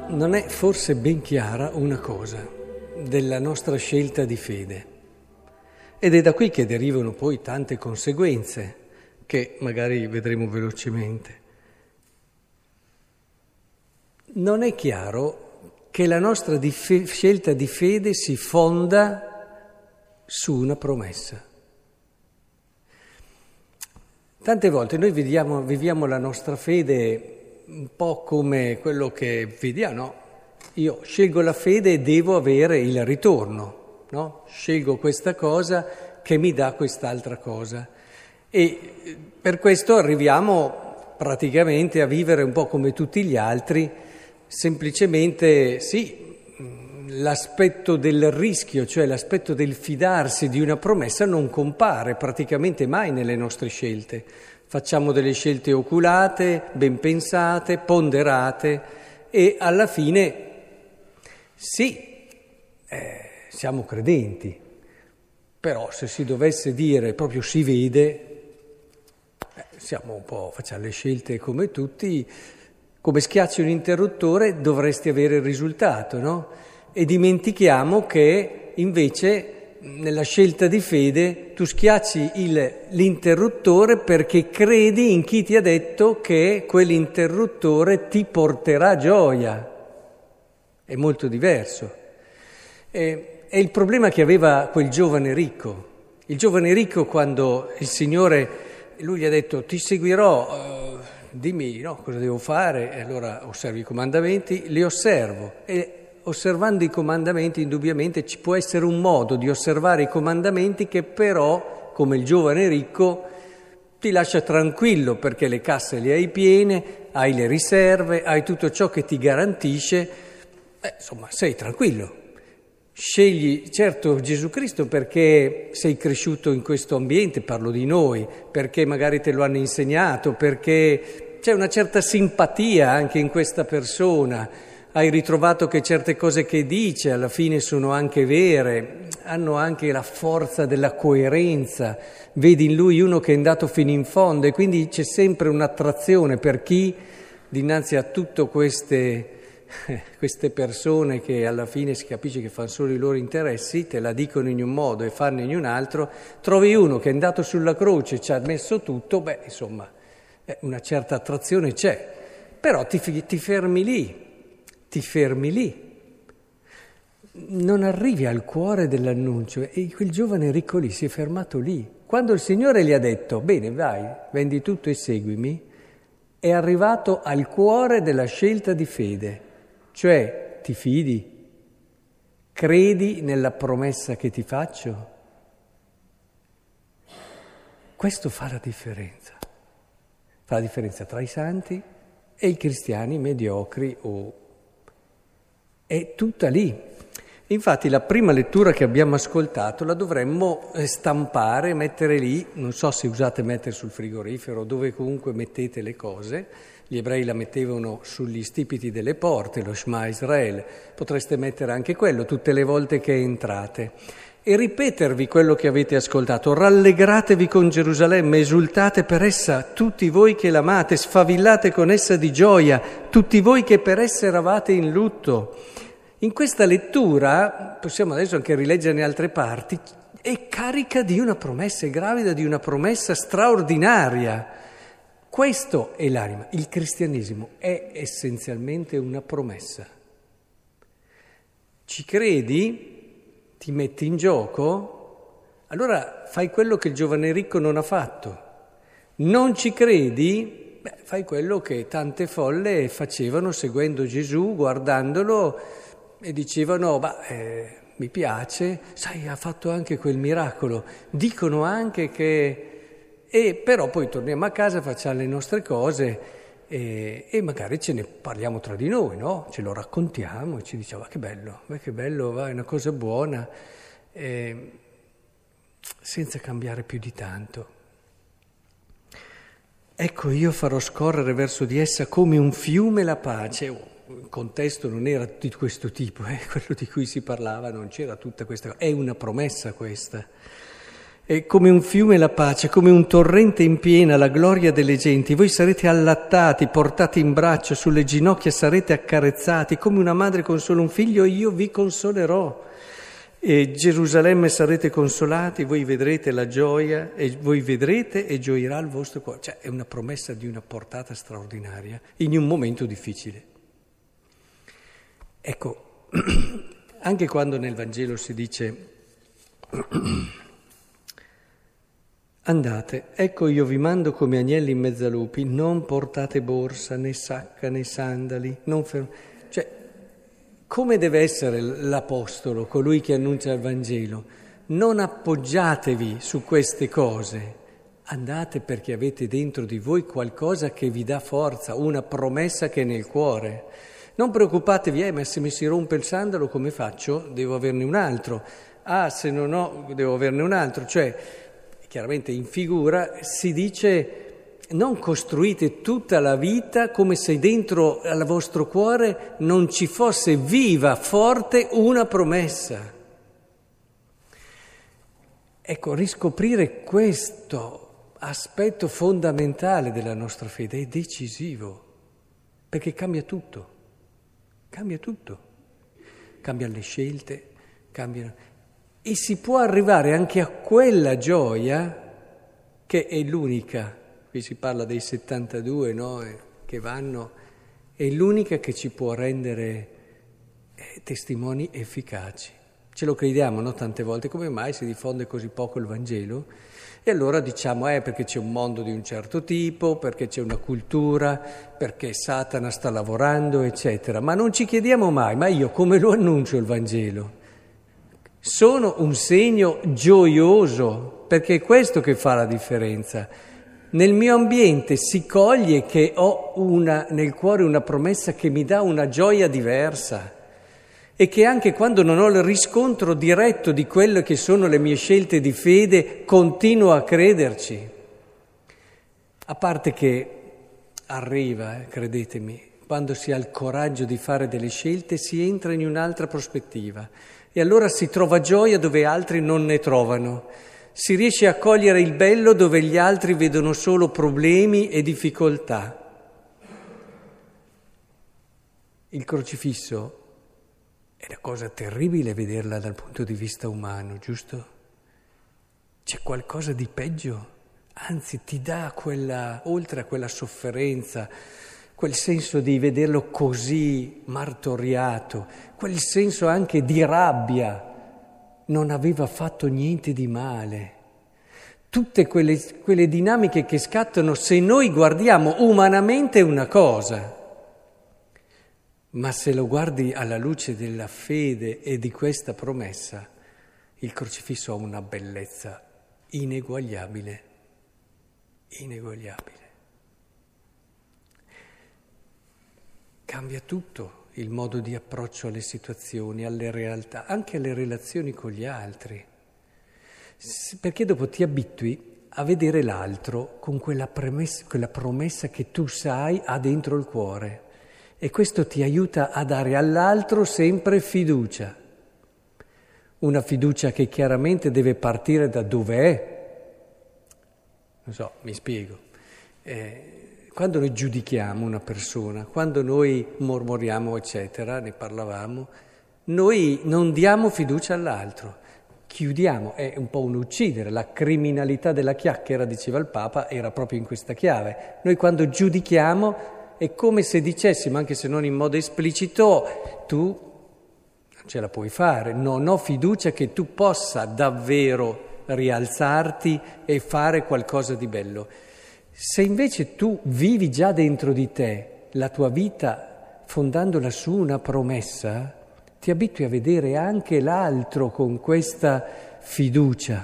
Non è forse ben chiara una cosa della nostra scelta di fede, ed è da qui che derivano poi tante conseguenze che magari vedremo velocemente. Non è chiaro che la nostra scelta di fede si fonda su una promessa. Tante volte noi viviamo la nostra fede un po' come quello che vediamo, no? Io scelgo la fede e devo avere il ritorno, no? Scelgo questa cosa che mi dà quest'altra cosa. E per questo arriviamo praticamente a vivere un po' come tutti gli altri, semplicemente sì, l'aspetto del rischio, cioè l'aspetto del fidarsi di una promessa non compare praticamente mai nelle nostre scelte. Facciamo delle scelte oculate, ben pensate, ponderate e alla fine sì, siamo credenti, però se si dovesse dire proprio si vede, siamo un po', facciamo le scelte come tutti, come schiacci un interruttore dovresti avere il risultato, no? E dimentichiamo che invece nella scelta di fede tu schiacci l'interruttore perché credi in chi ti ha detto che quell'interruttore ti porterà gioia. È molto diverso. È il problema che aveva quel giovane ricco. Il giovane ricco, quando il Signore, lui gli ha detto ti seguirò, dimmi no, cosa devo fare, e allora osservi i comandamenti, li osservo. E osservando i comandamenti indubbiamente ci può essere un modo di osservare i comandamenti che però, come il giovane ricco, ti lascia tranquillo perché le casse le hai piene, hai le riserve, hai tutto ciò che ti garantisce, insomma sei tranquillo. Scegli certo Gesù Cristo perché sei cresciuto in questo ambiente, parlo di noi, perché magari te lo hanno insegnato, perché c'è una certa simpatia anche in questa persona. Hai ritrovato che certe cose che dice alla fine sono anche vere, hanno anche la forza della coerenza, vedi in lui uno che è andato fino in fondo e quindi c'è sempre un'attrazione per chi dinanzi a tutte queste persone che alla fine si capisce che fanno solo i loro interessi, te la dicono in un modo e fanno in un altro, trovi uno che è andato sulla croce, ci ha messo tutto, insomma una certa attrazione c'è, però ti fermi lì. Ti fermi lì, non arrivi al cuore dell'annuncio e quel giovane ricco lì si è fermato lì. Quando il Signore gli ha detto, bene vai, vendi tutto e seguimi, è arrivato al cuore della scelta di fede, cioè ti fidi, credi nella promessa che ti faccio? Questo fa la differenza tra i santi e i cristiani mediocri o è tutta lì. Infatti la prima lettura che abbiamo ascoltato la dovremmo stampare, mettere lì, non so se usate mettere sul frigorifero, dove comunque mettete le cose, gli ebrei la mettevano sugli stipiti delle porte, lo Shema Israele, potreste mettere anche quello tutte le volte che entrate e ripetervi quello che avete ascoltato, rallegratevi con Gerusalemme, esultate per essa, tutti voi che l'amate, sfavillate con essa di gioia, tutti voi che per essa eravate in lutto. In questa lettura, possiamo adesso anche rileggerne altre parti, è carica di una promessa, è gravida di una promessa straordinaria. Questo è l'anima. Il cristianesimo è essenzialmente una promessa. Ci credi? Ti metti in gioco? Allora fai quello che il giovane ricco non ha fatto. Non ci credi? Fai quello che tante folle facevano seguendo Gesù, guardandolo, e dicevano, mi piace, sai, ha fatto anche quel miracolo. Dicono anche che... però poi torniamo a casa, facciamo le nostre cose e magari ce ne parliamo tra di noi, no? Ce lo raccontiamo e ci diciamo, che bello, è una cosa buona, senza cambiare più di tanto. Ecco, io farò scorrere verso di essa come un fiume la pace. Il contesto non era di questo tipo, quello di cui si parlava, non c'era tutta questa cosa, è una promessa questa. È come un fiume la pace, come un torrente in piena la gloria delle genti. Voi sarete allattati, portati in braccio, sulle ginocchia sarete accarezzati, come una madre consola un figlio, io vi consolerò. E Gerusalemme sarete consolati, voi vedrete la gioia, e voi vedrete e gioirà il vostro cuore. Cioè è una promessa di una portata straordinaria in un momento difficile. Ecco, anche quando nel Vangelo si dice andate, ecco io vi mando come agnelli in mezzo a lupi, non portate borsa, né sacca, né sandali, cioè, come deve essere l'apostolo, colui che annuncia il Vangelo? Non appoggiatevi su queste cose, andate perché avete dentro di voi qualcosa che vi dà forza, una promessa che è nel cuore. Non preoccupatevi, ma se mi si rompe il sandalo come faccio? Devo averne un altro. Se non ho, devo averne un altro. Cioè, chiaramente in figura si dice non costruite tutta la vita come se dentro al vostro cuore non ci fosse viva, forte una promessa. Ecco, riscoprire questo aspetto fondamentale della nostra fede è decisivo, perché cambia tutto, cambiano le scelte, cambiano. E si può arrivare anche a quella gioia che è l'unica, qui si parla dei 72, no? Che vanno, è l'unica che ci può rendere testimoni efficaci. Ce lo crediamo, no? Tante volte, come mai si diffonde così poco il Vangelo? E allora diciamo, perché c'è un mondo di un certo tipo, perché c'è una cultura, perché Satana sta lavorando, eccetera. Ma non ci chiediamo mai, ma io come lo annuncio il Vangelo? Sono un segno gioioso, perché è questo che fa la differenza. Nel mio ambiente si coglie che ho nel cuore una promessa che mi dà una gioia diversa e che anche quando non ho il riscontro diretto di quelle che sono le mie scelte di fede, continuo a crederci. A parte che arriva, credetemi, quando si ha il coraggio di fare delle scelte si entra in un'altra prospettiva. E allora si trova gioia dove altri non ne trovano. Si riesce a cogliere il bello dove gli altri vedono solo problemi e difficoltà. Il crocifisso è una cosa terribile vederla dal punto di vista umano, giusto? C'è qualcosa di peggio, anzi ti dà oltre a quella sofferenza, quel senso di vederlo così martoriato, quel senso anche di rabbia, non aveva fatto niente di male. Tutte quelle dinamiche che scattano se noi guardiamo umanamente una cosa, ma se lo guardi alla luce della fede e di questa promessa, il crocifisso ha una bellezza ineguagliabile, ineguagliabile. Cambia tutto il modo di approccio alle situazioni, alle realtà, anche alle relazioni con gli altri. Perché dopo ti abitui a vedere l'altro con quella promessa che tu sai ha dentro il cuore. E questo ti aiuta a dare all'altro sempre fiducia. Una fiducia che chiaramente deve partire da dove è. Non so, mi spiego. Quando noi giudichiamo una persona, quando noi mormoriamo, eccetera, ne parlavamo, noi non diamo fiducia all'altro, chiudiamo, è un po' un uccidere. La criminalità della chiacchiera, diceva il Papa, era proprio in questa chiave. Noi quando giudichiamo è come se dicessimo, anche se non in modo esplicito, tu non ce la puoi fare, non ho fiducia che tu possa davvero rialzarti e fare qualcosa di bello. Se invece tu vivi già dentro di te la tua vita fondandola su una promessa, ti abitui a vedere anche l'altro con questa fiducia.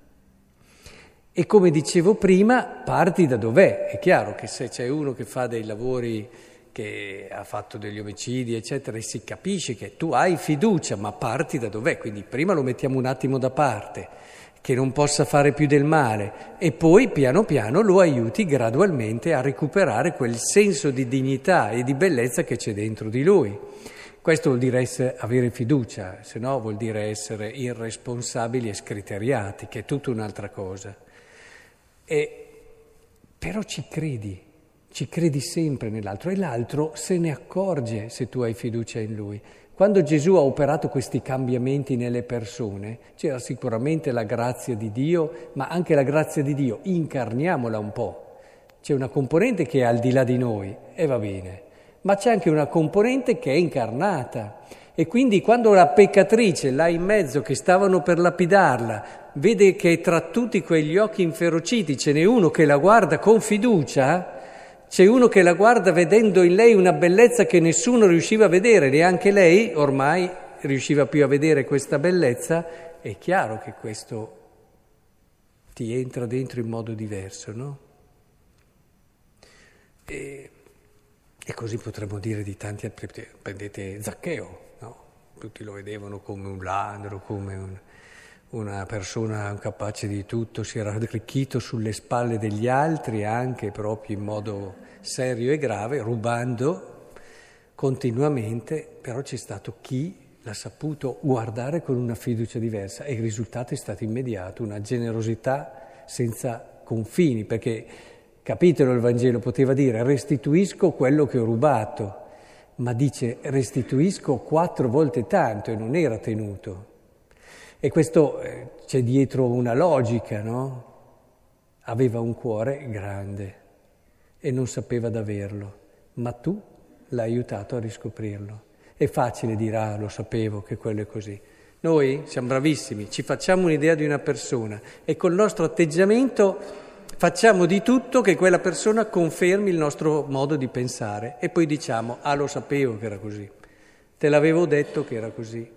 E come dicevo prima, parti da dov'è. È chiaro che se c'è uno che fa dei lavori, che ha fatto degli omicidi, eccetera, e si capisce che tu hai fiducia, ma parti da dov'è. Quindi prima lo mettiamo un attimo da parte, che non possa fare più del male, e poi piano piano lo aiuti gradualmente a recuperare quel senso di dignità e di bellezza che c'è dentro di lui. Questo vuol dire avere fiducia, se no vuol dire essere irresponsabili e scriteriati, che è tutta un'altra cosa. Però ci credi sempre nell'altro e l'altro se ne accorge se tu hai fiducia in lui. Quando Gesù ha operato questi cambiamenti nelle persone, c'era sicuramente la grazia di Dio, ma anche la grazia di Dio, incarniamola un po'. C'è una componente che è al di là di noi, e va bene, ma c'è anche una componente che è incarnata. E quindi quando la peccatrice, là in mezzo, che stavano per lapidarla, vede che tra tutti quegli occhi inferociti ce n'è uno che la guarda con fiducia, c'è uno che la guarda vedendo in lei una bellezza che nessuno riusciva a vedere, neanche lei ormai riusciva più a vedere questa bellezza, è chiaro che questo ti entra dentro in modo diverso, no? E così potremmo dire di tanti altri, prendete Zaccheo, no? Tutti lo vedevano come un ladro, come una persona incapace di tutto, si era arricchito sulle spalle degli altri anche proprio in modo serio e grave, rubando continuamente, però c'è stato chi l'ha saputo guardare con una fiducia diversa e il risultato è stato immediato, una generosità senza confini, perché capitolo il Vangelo poteva dire restituisco quello che ho rubato, ma dice restituisco 4 volte tanto e non era tenuto. E questo c'è dietro una logica, no? Aveva un cuore grande e non sapeva d'averlo, ma tu l'hai aiutato a riscoprirlo. È facile dire, lo sapevo che quello è così. Noi siamo bravissimi, ci facciamo un'idea di una persona e col nostro atteggiamento facciamo di tutto che quella persona confermi il nostro modo di pensare e poi diciamo, lo sapevo che era così, te l'avevo detto che era così.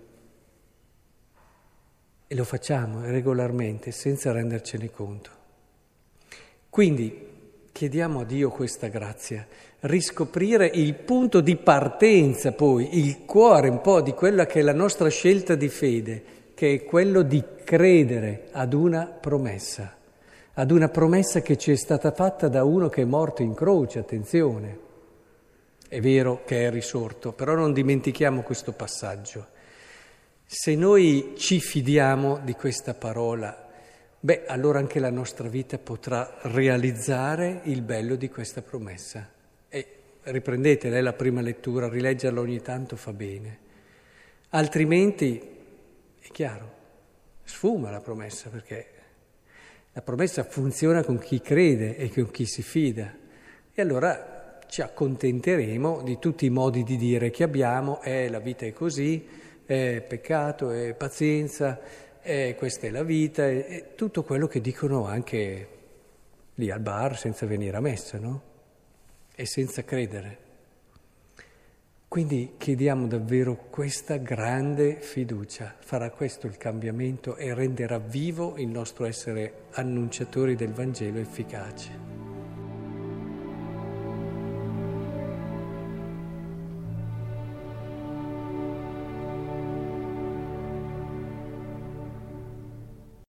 E lo facciamo regolarmente senza rendercene conto. Quindi chiediamo a Dio questa grazia, riscoprire il punto di partenza poi, il cuore un po' di quella che è la nostra scelta di fede, che è quello di credere ad una promessa che ci è stata fatta da uno che è morto in croce, attenzione. È vero che è risorto, però non dimentichiamo questo passaggio. Se noi ci fidiamo di questa parola, allora anche la nostra vita potrà realizzare il bello di questa promessa. E riprendetela, è la prima lettura, rileggerla ogni tanto fa bene. Altrimenti, è chiaro, sfuma la promessa, perché la promessa funziona con chi crede e con chi si fida. E allora ci accontenteremo di tutti i modi di dire che abbiamo, la vita è così, è peccato, è pazienza, questa è la vita, è tutto quello che dicono anche lì al bar senza venire a messa, no? E senza credere. Quindi chiediamo davvero questa grande fiducia, farà questo il cambiamento e renderà vivo il nostro essere annunciatori del Vangelo efficace.